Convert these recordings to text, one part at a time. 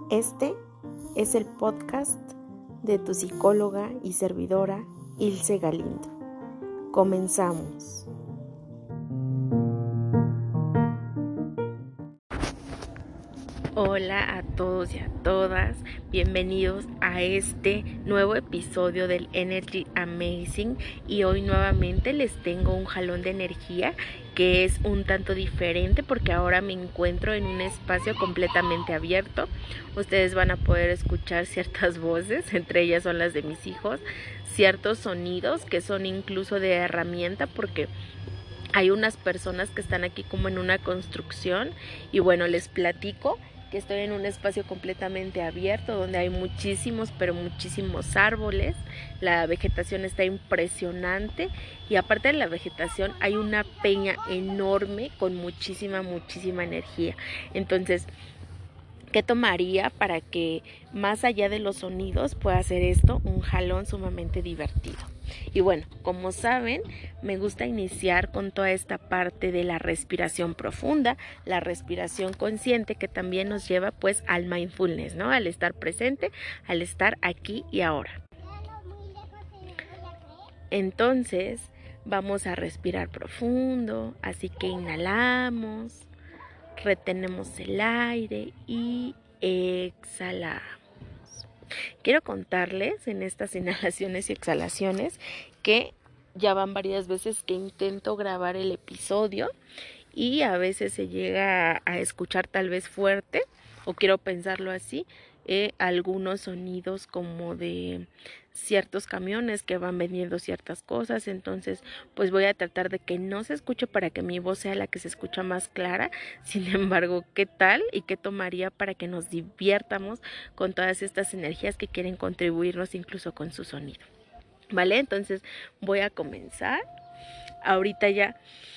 Este es el podcast de tu psicóloga y servidora Ilse Galindo. Comenzamos. Hola a todos y a todas, bienvenidos a este nuevo episodio del Energy Amazing, y hoy nuevamente les tengo un jalón de energía que es un tanto diferente porque ahora me encuentro en un espacio completamente abierto. Ustedes van a poder escuchar ciertas voces, entre ellas son las de mis hijos, ciertos sonidos que son incluso de herramienta porque hay unas personas que están aquí como en una construcción. Y bueno, les platico que estoy en un espacio completamente abierto donde hay muchísimos árboles. La vegetación está impresionante y aparte de la vegetación hay una peña enorme con muchísima energía. Entonces, ¿qué tomaría para que más allá de los sonidos pueda hacer esto un jalón sumamente divertido? Y bueno, como saben, me gusta iniciar con toda esta parte de la respiración profunda, la respiración consciente, que también nos lleva pues al mindfulness, ¿no? Al estar presente, al estar aquí y ahora. Entonces, vamos a respirar profundo, así que inhalamos, retenemos el aire y exhalamos. Quiero contarles en estas inhalaciones y exhalaciones que ya van varias veces que intento grabar el episodio y a veces se llega a escuchar tal vez fuerte, o quiero pensarlo así, algunos sonidos como de ciertos camiones que van vendiendo ciertas cosas. Entonces pues voy a tratar de que no se escuche para que mi voz sea la que se escucha más clara. Sin embargo, ¿qué tal y qué tomaría para que nos diviértamos con todas estas energías que quieren contribuirnos incluso con su sonido? ¿Vale? Entonces voy a comenzar. Ahorita ya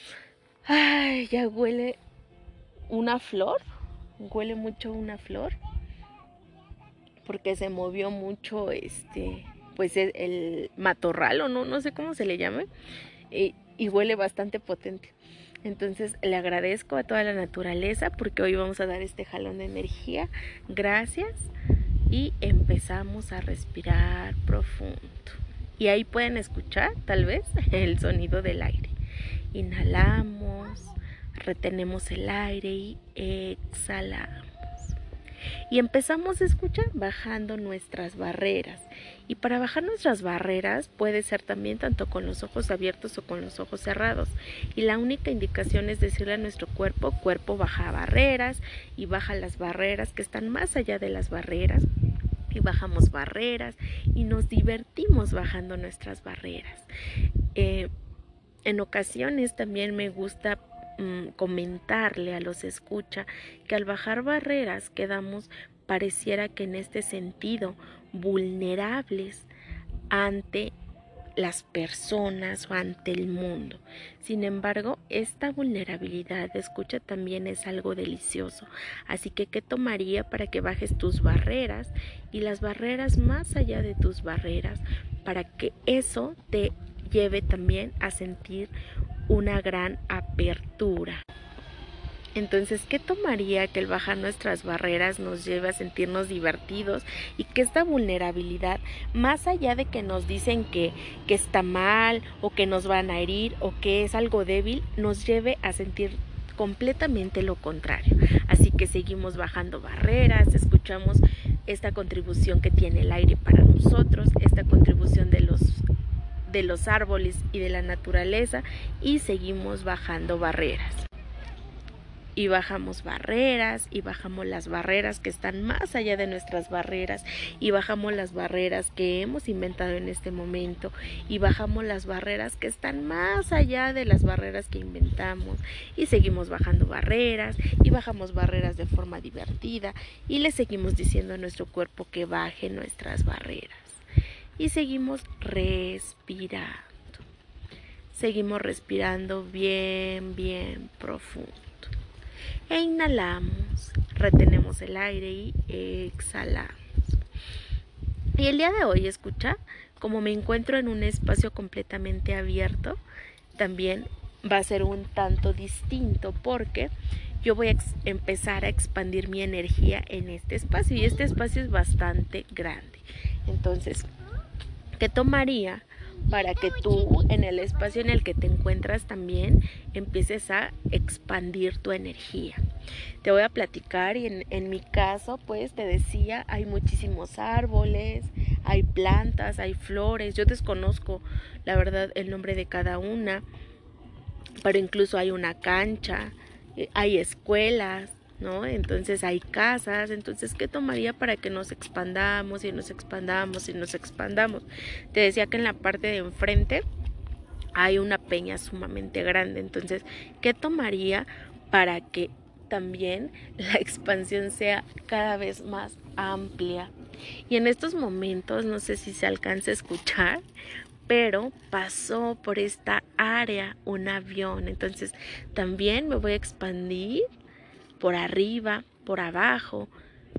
huele una flor, huele mucho una flor porque se movió mucho pues el matorral, o no sé cómo se le llama, y huele bastante potente. Entonces le agradezco a toda la naturaleza porque hoy vamos a dar este jalón de energía. Gracias. Y empezamos a respirar profundo. Y ahí pueden escuchar tal vez el sonido del aire. Inhalamos, retenemos el aire y exhalamos. Y empezamos a escuchar bajando nuestras barreras. Y para bajar nuestras barreras puede ser también tanto con los ojos abiertos o con los ojos cerrados. Y la única indicación es decirle a nuestro cuerpo, baja barreras, y baja las barreras que están más allá de las barreras. Y bajamos barreras y nos divertimos bajando nuestras barreras. En ocasiones también me gusta comentarle a los escucha que al bajar barreras quedamos, pareciera que en este sentido, vulnerables ante las personas o ante el mundo. Sin embargo, esta vulnerabilidad de escucha también es algo delicioso. Así que, ¿qué tomaría para que bajes tus barreras y las barreras más allá de tus barreras, para que eso te lleve también a sentir una gran apertura? Entonces, ¿qué tomaría que el bajar nuestras barreras nos lleve a sentirnos divertidos y que esta vulnerabilidad, más allá de que nos dicen que está mal o que nos van a herir o que es algo débil, nos lleve a sentir completamente lo contrario? Así que seguimos bajando barreras, escuchamos esta contribución que tiene el aire para nosotros, esta contribución de los árboles y de la naturaleza, y seguimos bajando barreras. Y bajamos barreras, y bajamos las barreras que están más allá de nuestras barreras, y bajamos las barreras que hemos inventado en este momento, y bajamos las barreras que están más allá de las barreras que inventamos, y seguimos bajando barreras, y bajamos barreras de forma divertida, y le seguimos diciendo a nuestro cuerpo que baje nuestras barreras, y seguimos respirando. Seguimos respirando bien profundo. E inhalamos, retenemos el aire y exhalamos. Y el día de hoy, escucha, como me encuentro en un espacio completamente abierto, también va a ser un tanto distinto porque yo voy a empezar a expandir mi energía en este espacio, y este espacio es bastante grande. Entonces, ¿qué tomaría para que tú, en el espacio en el que te encuentras, también empieces a expandir tu energía? Te voy a platicar, y en mi caso, pues te decía, hay muchísimos árboles, hay plantas, hay flores. Yo desconozco, la verdad, el nombre de cada una, pero incluso hay una cancha, hay escuelas, ¿no? Entonces hay casas. Entonces, ¿qué tomaría para que nos expandamos y nos expandamos y nos expandamos? Te decía que en la parte de enfrente hay una peña sumamente grande. Entonces, ¿qué tomaría para que también la expansión sea cada vez más amplia? Y en estos momentos, no sé si se alcanza a escuchar, pero pasó por esta área un avión. Entonces también me voy a expandir por arriba, por abajo.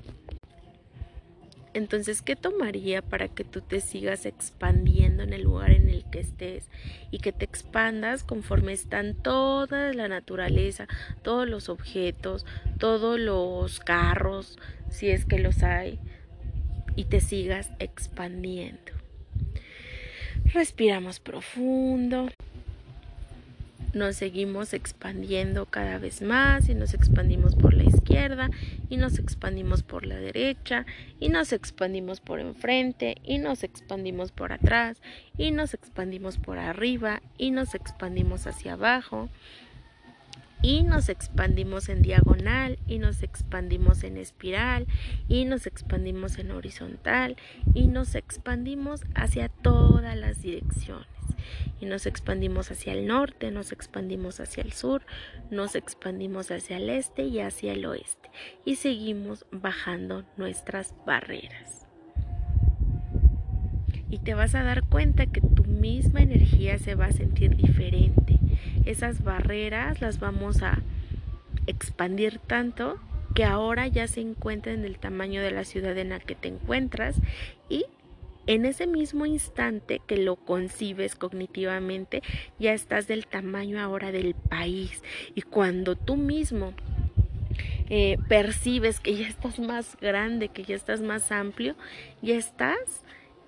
Entonces, ¿qué tomaría para que tú te sigas expandiendo en el lugar en el que estés y que te expandas conforme están toda la naturaleza, todos los objetos, todos los carros, si es que los hay, y te sigas expandiendo? Respiramos profundo. Nos seguimos expandiendo cada vez más, y nos expandimos por la izquierda, y nos expandimos por la derecha, y nos expandimos por enfrente, y nos expandimos por atrás, y nos expandimos por arriba, y nos expandimos hacia abajo, y nos expandimos en diagonal, y nos expandimos en espiral, y nos expandimos en horizontal, y nos expandimos hacia todas las direcciones. Y nos expandimos hacia el norte, nos expandimos hacia el sur, nos expandimos hacia el este y hacia el oeste. Y seguimos bajando nuestras barreras. Y te vas a dar cuenta que tu misma energía se va a sentir diferente. Esas barreras las vamos a expandir tanto que ahora ya se encuentran en el tamaño de la ciudad en la que te encuentras, y en ese mismo instante que lo concibes cognitivamente, ya estás del tamaño ahora del país. Y cuando tú mismo percibes que ya estás más grande, que ya estás más amplio, ya estás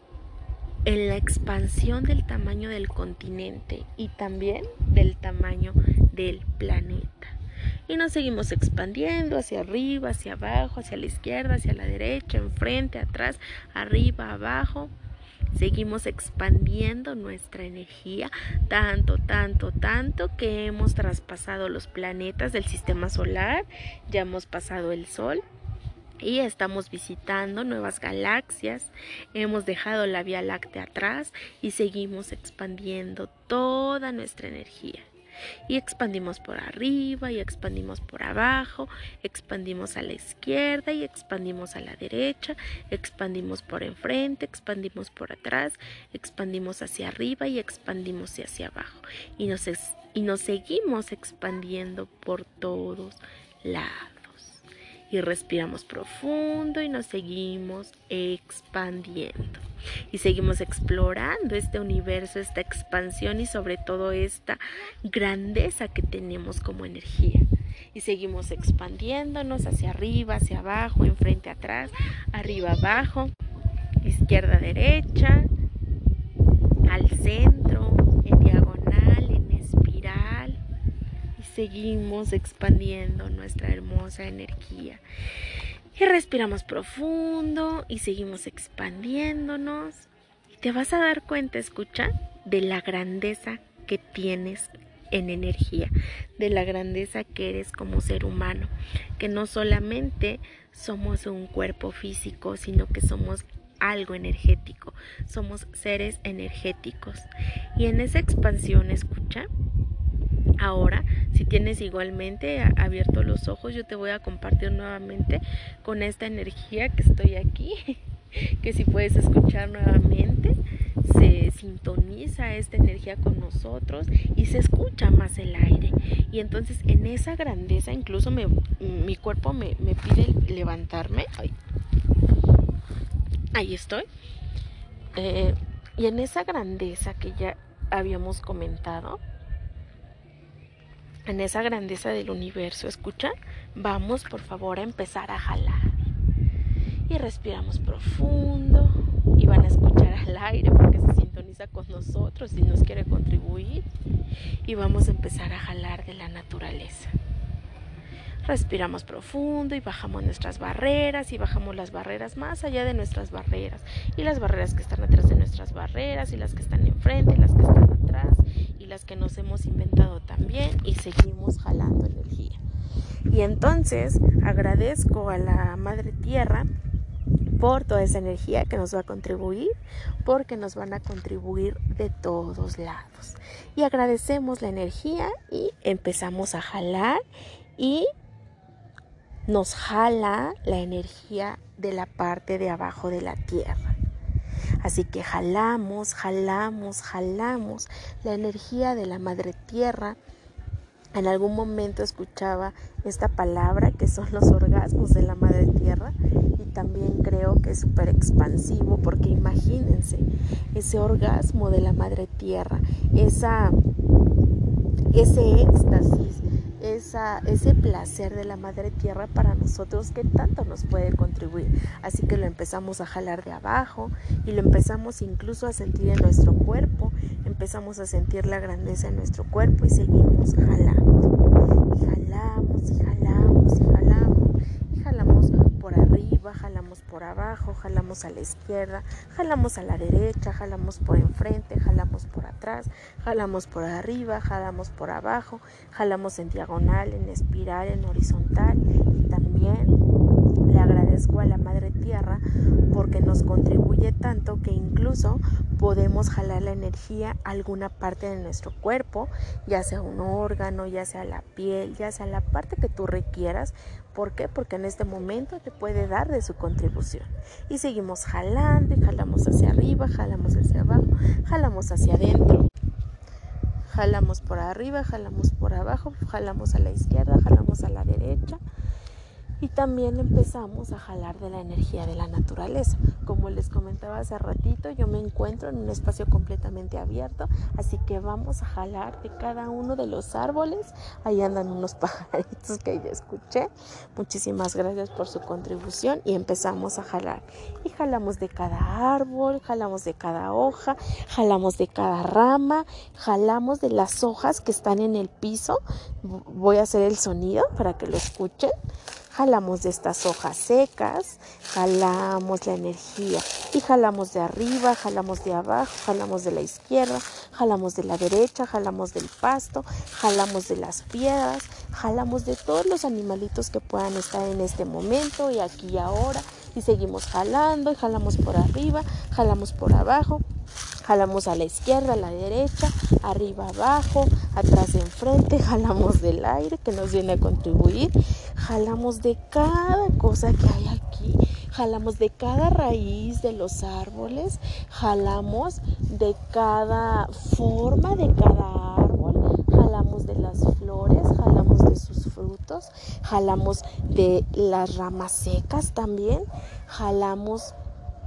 en la expansión del tamaño del continente y también del tamaño del planeta. Y nos seguimos expandiendo hacia arriba, hacia abajo, hacia la izquierda, hacia la derecha, enfrente, atrás, arriba, abajo. Seguimos expandiendo nuestra energía tanto que hemos traspasado los planetas del sistema solar, ya hemos pasado el Sol y estamos visitando nuevas galaxias. Hemos dejado la Vía Láctea atrás y seguimos expandiendo toda nuestra energía. Y expandimos por arriba y expandimos por abajo, expandimos a la izquierda y expandimos a la derecha, expandimos por enfrente, expandimos por atrás, expandimos hacia arriba y expandimos hacia abajo. Y nos seguimos expandiendo por todos lados. Y respiramos profundo y nos seguimos expandiendo. Y seguimos explorando este universo, esta expansión y sobre todo esta grandeza que tenemos como energía. Y seguimos expandiéndonos hacia arriba, hacia abajo, enfrente, atrás, arriba, abajo, izquierda, derecha, al centro, en diagonal, en espiral. Y seguimos expandiendo nuestra hermosa energía. Y respiramos profundo y seguimos expandiéndonos. Y te vas a dar cuenta, escucha, de la grandeza que tienes en energía, de la grandeza que eres como ser humano, que no solamente somos un cuerpo físico, sino que somos algo energético, somos seres energéticos. Y en esa expansión, escucha, ahora, si tienes igualmente abiertos los ojos, yo te voy a compartir nuevamente con esta energía que estoy aquí, que si puedes escuchar nuevamente, se sintoniza esta energía con nosotros y se escucha más el aire. Y entonces en esa grandeza, incluso mi cuerpo me pide levantarme. Ahí estoy. Y en esa grandeza que ya habíamos comentado, en esa grandeza del universo. ¿Escuchan? Vamos por favor a empezar a jalar. Y respiramos profundo y van a escuchar al aire porque se sintoniza con nosotros y nos quiere contribuir. Y vamos a empezar a jalar de la naturaleza. Respiramos profundo y bajamos nuestras barreras y bajamos las barreras más allá de nuestras barreras y las barreras que están atrás de nuestras barreras y las que están enfrente y las que están atrás y las que nos hemos inventado también, y seguimos jalando energía. Y entonces agradezco a la Madre Tierra por toda esa energía que nos va a contribuir, porque nos van a contribuir de todos lados. Y agradecemos la energía y empezamos a jalar, y nos jala la energía de la parte de abajo de la tierra. Así que jalamos, jalamos, jalamos la energía de la Madre Tierra. En algún momento escuchaba esta palabra que son los orgasmos de la Madre Tierra, y también creo que es súper expansivo, porque imagínense ese orgasmo de la Madre Tierra, ese éxtasis, ese placer de la Madre Tierra para nosotros, que tanto nos puede contribuir. Así que lo empezamos a jalar de abajo y lo empezamos incluso a sentir en nuestro cuerpo. Empezamos a sentir la grandeza en nuestro cuerpo y seguimos jalando. Y jalamos y jalamos y jalamos. Y jalamos por arriba, jalamos por abajo, jalamos a la izquierda, jalamos a la derecha, jalamos por enfrente, jalamos por atrás, jalamos por arriba, jalamos por abajo, jalamos en diagonal, en espiral, en horizontal. Y también le agradezco a la Madre Tierra porque nos contribuye tanto que incluso podemos jalar la energía a alguna parte de nuestro cuerpo, ya sea un órgano, ya sea la piel, ya sea la parte que tú requieras. ¿Por qué? Porque en este momento te puede dar de su contribución. Y seguimos jalando y jalamos hacia arriba, jalamos hacia abajo, jalamos hacia adentro. Jalamos por arriba, jalamos por abajo, jalamos a la izquierda, jalamos a la derecha. Y también empezamos a jalar de la energía de la naturaleza. Como les comentaba hace ratito, yo me encuentro en un espacio completamente abierto, así que vamos a jalar de cada uno de los árboles. Ahí andan unos pajaritos que ya escuché. Muchísimas gracias por su contribución, y empezamos a jalar. Y jalamos de cada árbol, jalamos de cada hoja, jalamos de cada rama, jalamos de las hojas que están en el piso. Voy a hacer el sonido para que lo escuchen. Jalamos de estas hojas secas, jalamos la energía y jalamos de arriba, jalamos de abajo, jalamos de la izquierda, jalamos de la derecha, jalamos del pasto, jalamos de las piedras, jalamos de todos los animalitos que puedan estar en este momento y aquí y ahora, y seguimos jalando y jalamos por arriba, jalamos por abajo. Jalamos a la izquierda, a la derecha, arriba, abajo, atrás, enfrente, jalamos del aire que nos viene a contribuir, jalamos de cada cosa que hay aquí, jalamos de cada raíz de los árboles, jalamos de cada forma de cada árbol, jalamos de las flores, jalamos de sus frutos, jalamos de las ramas secas también, jalamos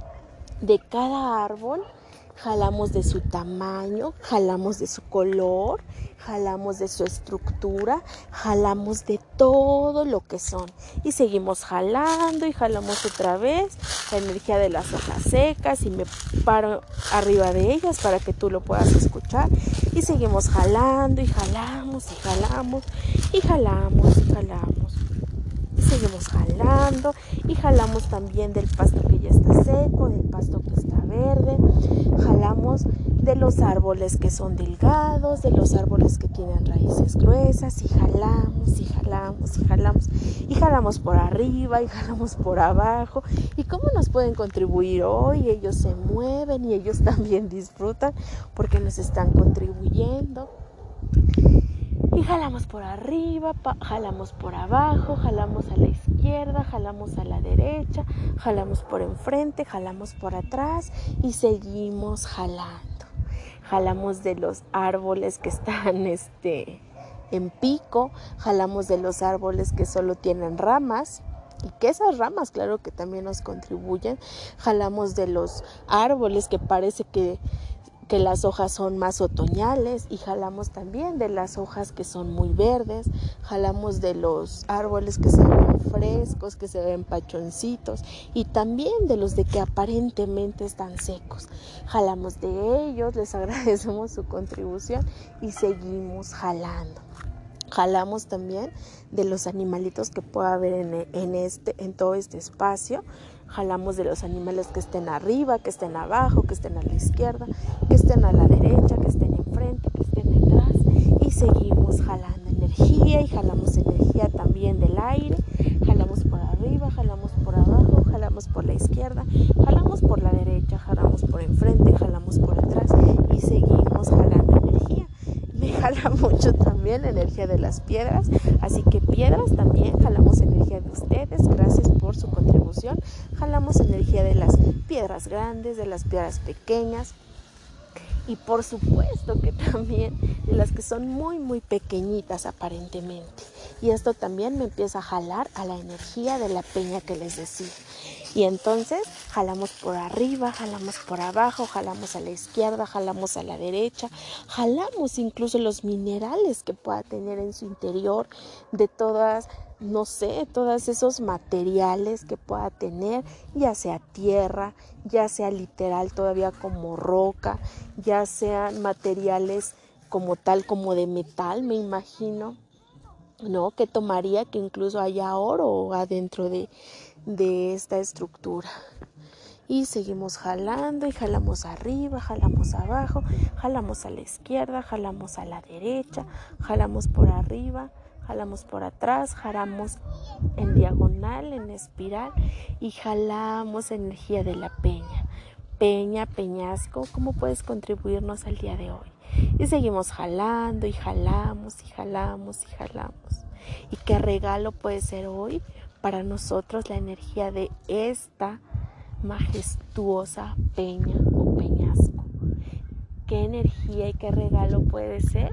de cada árbol. Jalamos de su tamaño, jalamos de su color, jalamos de su estructura, jalamos de todo lo que son. Y seguimos jalando y jalamos otra vez la energía de las hojas secas, y me paro arriba de ellas para que tú lo puedas escuchar. Y seguimos jalando y jalamos y jalamos y jalamos y jalamos. Y seguimos jalando y jalamos también del pasto que ya está seco, del pasto que está verde. Jalamos de los árboles que son delgados, de los árboles que tienen raíces gruesas, y jalamos y jalamos y jalamos. Y jalamos por arriba y jalamos por abajo. ¿Y cómo nos pueden contribuir hoy? Ellos se mueven y ellos también disfrutan porque nos están contribuyendo. Y jalamos por arriba, jalamos por abajo, jalamos a la izquierda, jalamos a la derecha, jalamos por enfrente, jalamos por atrás y seguimos jalando. Jalamos de los árboles que están en pico, jalamos de los árboles que solo tienen ramas, y que esas ramas, claro que también nos contribuyen. Jalamos de los árboles que parece que que las hojas son más otoñales, y jalamos también de las hojas que son muy verdes, jalamos de los árboles que se ven frescos, que se ven pachoncitos, y también de los de que aparentemente están secos. Jalamos de ellos, les agradecemos su contribución y seguimos jalando. Jalamos también de los animalitos que pueda haber en todo este espacio. Jalamos de los animales que estén arriba, que estén abajo, que estén a la izquierda, que estén a la derecha, que estén enfrente, que estén detrás. Y seguimos jalando energía, y jalamos energía también del aire. Jalamos por arriba, jalamos por abajo, jalamos por la izquierda, jalamos por la derecha, jalamos por enfrente, jalamos por atrás y seguimos jalando energía. Me jala mucho también la energía de las piedras, así que piedras también, jalamos energía de ustedes, gracias por su contribución. Jalamos energía de las piedras grandes, de las piedras pequeñas, y por supuesto que también de las que son muy muy pequeñitas aparentemente. Y esto también me empieza a jalar a la energía de la peña que les decía. Y entonces jalamos por arriba, jalamos por abajo, jalamos a la izquierda, jalamos a la derecha, jalamos incluso los minerales que pueda tener en su interior, de todas, no sé, todos esos materiales que pueda tener, ya sea tierra, ya sea literal todavía como roca, ya sean materiales como tal, como de metal, me imagino, ¿no? Que tomaría que incluso haya oro adentro de esta estructura. Y seguimos jalando, y jalamos arriba, jalamos abajo, jalamos a la izquierda, jalamos a la derecha, jalamos por arriba, jalamos por atrás, jalamos en diagonal, en espiral, y jalamos energía de la peña. Peña, peñasco, ¿cómo puedes contribuirnos al día de hoy? Y seguimos jalando, y jalamos, y jalamos, y jalamos. ¿Y qué regalo puede ser hoy para nosotros la energía de esta majestuosa peña o peñasco? ¿Qué energía y qué regalo puede ser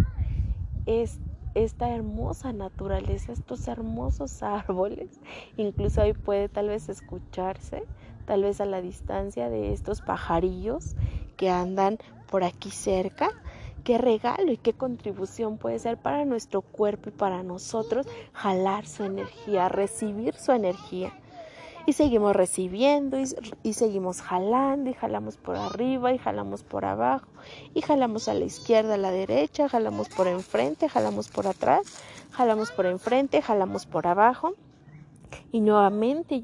esta hermosa naturaleza, estos hermosos árboles? Incluso ahí puede tal vez escucharse, tal vez a la distancia, de estos pajarillos que andan por aquí cerca. Qué regalo y qué contribución puede ser para nuestro cuerpo y para nosotros jalar su energía, recibir su energía. Y seguimos recibiendo, y seguimos jalando, y jalamos por arriba, y jalamos por abajo, y jalamos a la izquierda, a la derecha, jalamos por enfrente, jalamos por atrás, jalamos por enfrente, jalamos por abajo. Y nuevamente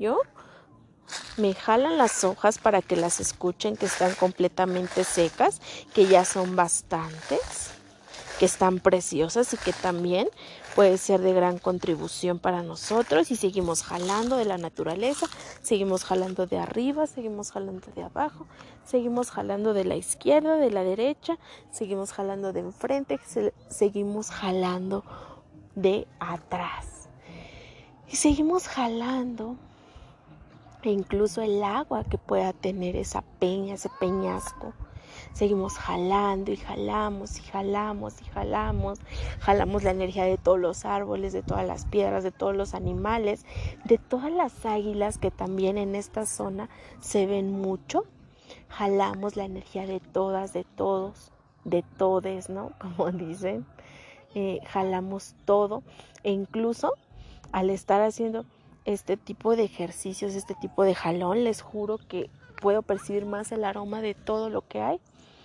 me jalan las hojas para que las escuchen, que están completamente secas, que ya son bastantes, que están preciosas y que también puede ser de gran contribución para nosotros. Y seguimos jalando de la naturaleza, seguimos jalando de arriba, seguimos jalando de abajo, seguimos jalando de la izquierda, de la derecha, seguimos jalando de enfrente, seguimos jalando de atrás. Y seguimos jalando, e incluso el agua que pueda tener esa peña, ese peñasco. Seguimos jalando, y jalamos, y jalamos, y jalamos. Jalamos la energía de todos los árboles, de todas las piedras, de todos los animales, de todas las águilas que también en esta zona se ven mucho. Jalamos la energía de todas, de todos, de todes, ¿no? Como dicen. Jalamos todo, e incluso al estar haciendo este tipo de ejercicios, este tipo de jalón, les juro que puedo percibir más el aroma de todo lo que hay.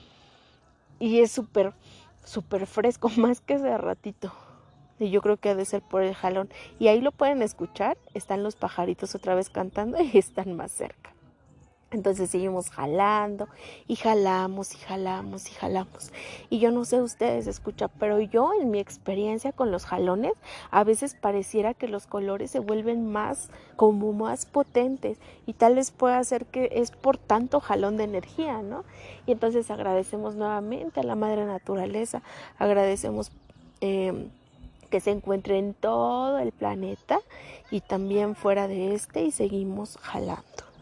Y es súper, súper fresco, más que hace ratito. Y yo creo que ha de ser por el jalón. Y ahí lo pueden escuchar, están los pajaritos otra vez cantando y están más cerca. Entonces seguimos jalando, y jalamos, y jalamos, y jalamos. Y yo no sé ustedes escuchan, pero yo en mi experiencia con los jalones, a veces pareciera que los colores se vuelven más potentes. Y tal vez pueda ser que es por tanto jalón de energía, ¿no? Y entonces agradecemos nuevamente a la madre naturaleza, agradecemos que se encuentre en todo el planeta y también fuera de este, y seguimos jalando.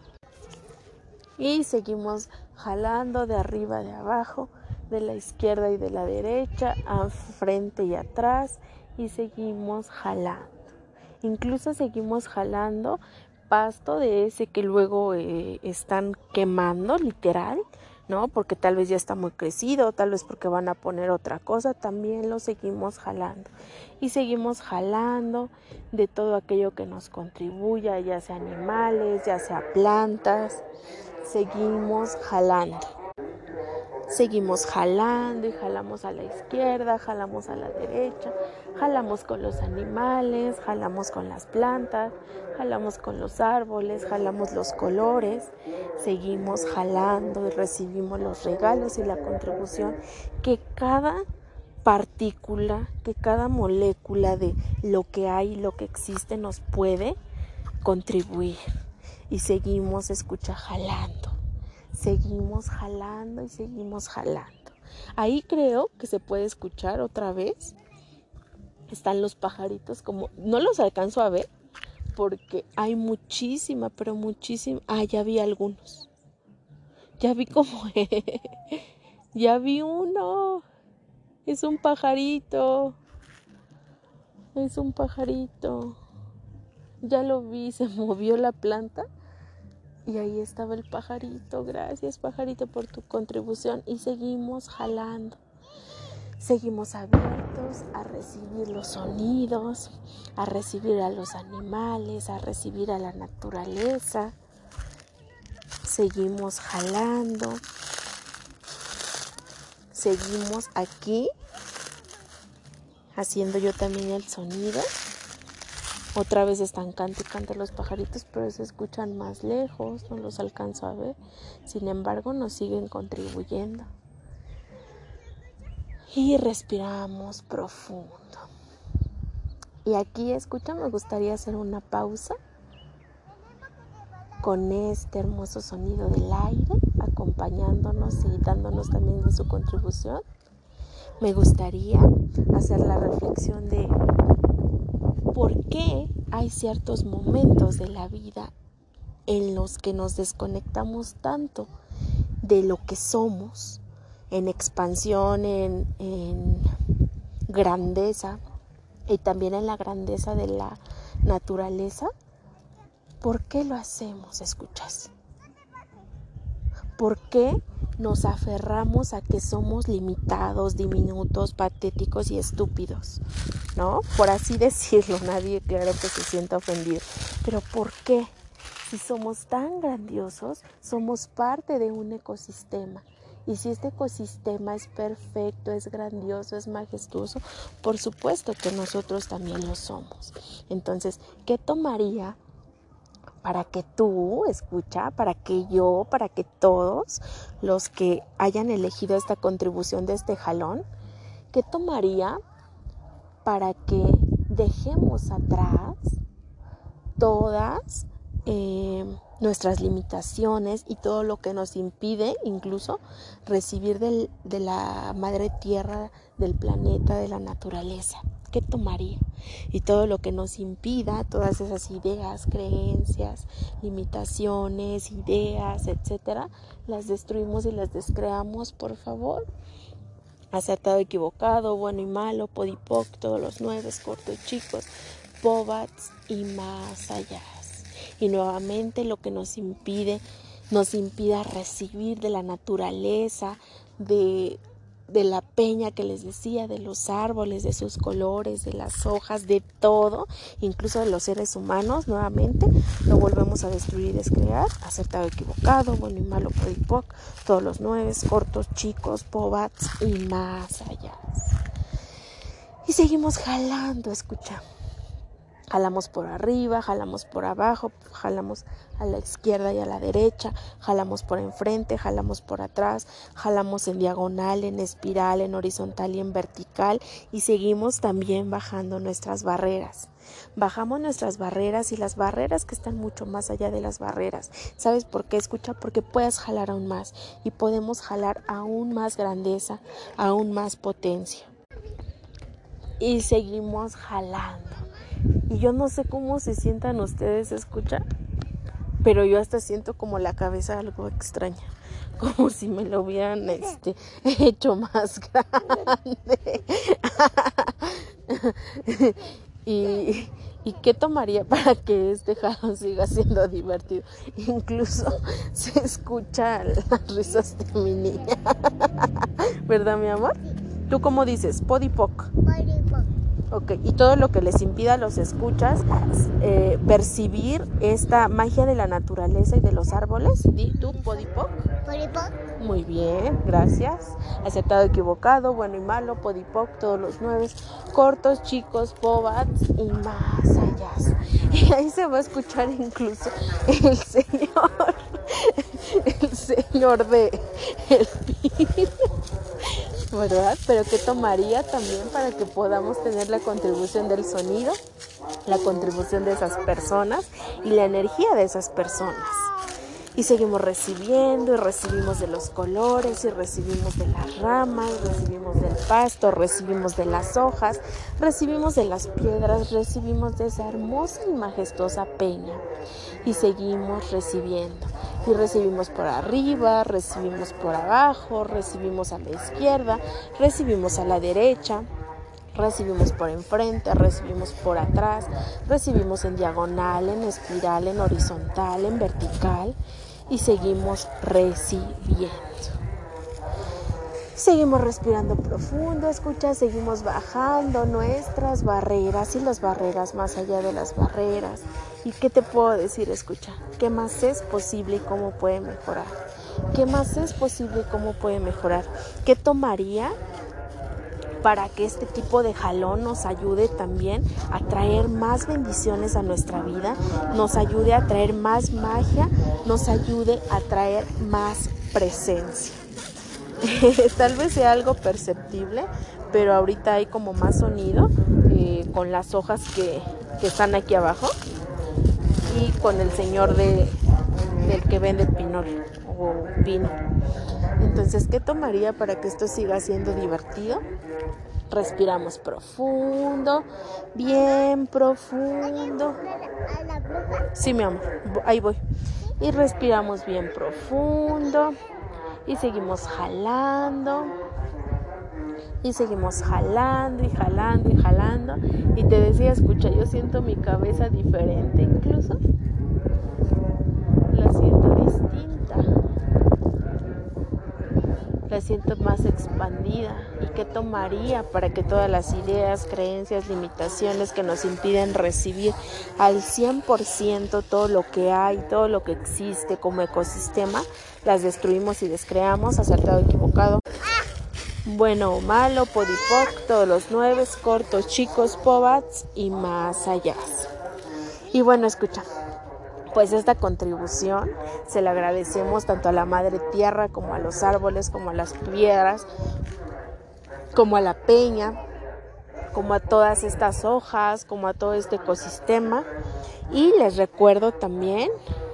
Y seguimos jalando de arriba, de abajo, de la izquierda y de la derecha, a frente y atrás, y seguimos jalando. Incluso seguimos jalando pasto de ese que luego están quemando, literal, ¿no? Porque tal vez ya está muy crecido, tal vez porque van a poner otra cosa, también lo seguimos jalando. Y seguimos jalando de todo aquello que nos contribuya, ya sea animales, ya sea plantas, seguimos jalando. Seguimos jalando y jalamos a la izquierda, jalamos a la derecha, jalamos con los animales, jalamos con las plantas, jalamos con los árboles, jalamos los colores, seguimos jalando y recibimos los regalos y la contribución que cada partícula, que cada molécula de lo que hay, lo que existe nos puede contribuir. Y seguimos, escucha, jalando. Seguimos jalando y seguimos jalando. Ahí creo que se puede escuchar otra vez. Están los pajaritos, como no los alcanzo a ver porque hay muchísima, pero muchísima. Ya vi algunos. Ya vi como ya vi uno. Es un pajarito. Es un pajarito. Ya lo vi, se movió la planta. Y ahí estaba el pajarito. Gracias, pajarito, por tu contribución. Y seguimos jalando. Seguimos abiertos a recibir los sonidos, a recibir a los animales, a recibir a la naturaleza. Seguimos jalando. Seguimos aquí haciendo yo también el sonido. Otra vez están cantando los pajaritos, pero se escuchan más lejos, no los alcanzo a ver. Sin embargo, nos siguen contribuyendo. Y respiramos profundo. Y aquí, escucha, me gustaría hacer una pausa con este hermoso sonido del aire, acompañándonos y dándonos también de su contribución. Me gustaría hacer la reflexión de por qué hay ciertos momentos de la vida en los que nos desconectamos tanto de lo que somos, en expansión, en grandeza y también en la grandeza de la naturaleza. ¿Por qué lo hacemos? ¿Escuchas? ¿Por qué nos aferramos a que somos limitados, diminutos, patéticos y estúpidos? ¿No? Por así decirlo, nadie, claro, que se sienta ofendido. Pero ¿por qué? Si somos tan grandiosos, somos parte de un ecosistema. Y si este ecosistema es perfecto, es grandioso, es majestuoso, por supuesto que nosotros también lo somos. Entonces, ¿qué tomaría para que tú, escucha, para que yo, para que todos los que hayan elegido esta contribución de este jalón, qué tomaría para que dejemos atrás todas nuestras limitaciones y todo lo que nos impide incluso recibir de la madre tierra, del planeta, de la naturaleza? ¿Qué tomaría? Y todo lo que nos impida, todas esas ideas, creencias, limitaciones, ideas, etcétera, las destruimos y las descreamos, por favor. Acertado, equivocado, bueno y malo, podipoc, todos los 9, cortos y chicos, pobats y más allá. Y nuevamente lo que nos impida recibir de la naturaleza, de la peña que les decía, de los árboles, de sus colores, de las hojas, de todo, incluso de los seres humanos, nuevamente lo volvemos a destruir y descrear. Acertado, equivocado, bueno y malo, podipoc, todos los 9, cortos, chicos, pobats y más allá. Y seguimos jalando, escucha. Jalamos por arriba, jalamos por abajo, jalamos a la izquierda y a la derecha, jalamos por enfrente, jalamos por atrás, jalamos en diagonal, en espiral, en horizontal y en vertical, y seguimos también bajando nuestras barreras. Bajamos nuestras barreras y las barreras que están mucho más allá de las barreras. ¿Sabes por qué? Escucha, porque puedes jalar aún más y podemos jalar aún más grandeza, aún más potencia. Y seguimos jalando. Y yo no sé cómo se sientan ustedes, escucha, pero yo hasta siento como la cabeza algo extraña, como si me lo hubieran hecho más grande. y ¿Y qué tomaría para que este jalón siga siendo divertido? Incluso se escuchan las risas de mi niña. ¿Verdad, mi amor? ¿Tú cómo dices? Podipoc. Podipoc. Ok, y todo lo que les impida a los escuchas percibir esta magia de la naturaleza y de los árboles. ¿Di tú, Podipoc? Podipoc. Muy bien, gracias. Acertado, equivocado, bueno y malo, Podipoc, todos los 9, cortos, chicos, pobats y más allá. Y ahí se va a escuchar incluso el señor de el pino, ¿verdad? Pero ¿qué tomaría también para que podamos tener la contribución del sonido, la contribución de esas personas y la energía de esas personas? Y seguimos recibiendo y recibimos de los colores y recibimos de las ramas, recibimos del pasto, recibimos de las hojas, recibimos de las piedras, recibimos de esa hermosa y majestuosa peña. Y seguimos recibiendo. Y recibimos por arriba, recibimos por abajo, recibimos a la izquierda, recibimos a la derecha. Recibimos por enfrente, recibimos por atrás, recibimos en diagonal, en espiral, en horizontal, en vertical y seguimos recibiendo. Seguimos respirando profundo, escucha, seguimos bajando nuestras barreras y las barreras más allá de las barreras. ¿Y qué te puedo decir? Escucha, ¿qué más es posible y cómo puede mejorar? ¿Qué más es posible y cómo puede mejorar? ¿Qué tomaría para que este tipo de jalón nos ayude también a traer más bendiciones a nuestra vida, nos ayude a traer más magia, nos ayude a traer más presencia? Tal vez sea algo perceptible, pero ahorita hay como más sonido con las hojas que están aquí abajo y con el señor del que vende pinol o pino. Entonces, ¿qué tomaría para que esto siga siendo divertido? Respiramos profundo, bien profundo. Sí, mi amor, ahí voy. Y respiramos bien profundo. Y seguimos jalando. Y seguimos jalando y jalando y jalando. Y te decía, escucha, yo siento mi cabeza diferente incluso. La siento distinta. La siento más expandida. ¿Y qué tomaría para que todas las ideas, creencias, limitaciones que nos impiden recibir al 100% todo lo que hay, todo lo que existe como ecosistema, las destruimos y descreamos? Acertado, equivocado, bueno o malo, Podipoc, todos los 9, cortos, chicos, pobats y más allá. Y bueno, escucha, pues esta contribución se la agradecemos tanto a la madre tierra como a los árboles, como a las piedras, como a la peña, como a todas estas hojas, como a todo este ecosistema. Y les recuerdo también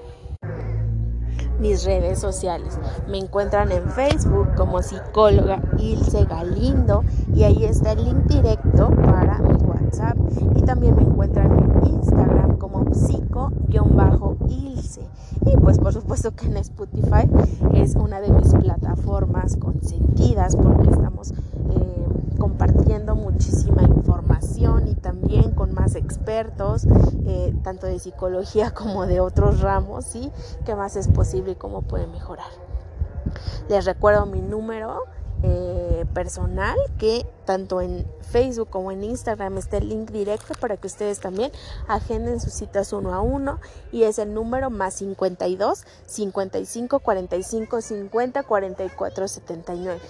mis redes sociales. Me encuentran en Facebook como psicóloga Ilse Galindo y ahí está el link directo para mi WhatsApp. Y también me encuentran en Instagram como psico-ilse. Y pues por supuesto que en Spotify es una de mis plataformas consentidas porque estamos compartiendo muchísima información y también con más expertos, tanto de psicología como de otros ramos, ¿sí? ¿Qué más es posible y cómo puede mejorar? Les recuerdo mi número personal, que tanto en Facebook como en Instagram está el link directo para que ustedes también agenden sus citas 1 a 1 y es el número más 52 55 45 50 44 79.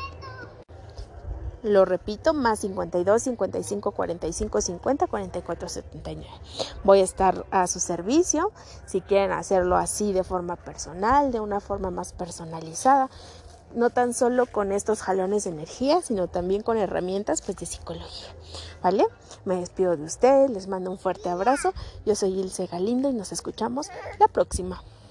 Lo repito, más 52 55 45 50 44 79. Voy a estar a su servicio si quieren hacerlo así de forma personal, de una forma más personalizada, no tan solo con estos jalones de energía, sino también con herramientas pues de psicología, ¿vale? Me despido de ustedes, les mando un fuerte abrazo. Yo soy Ilse Galindo y nos escuchamos la próxima.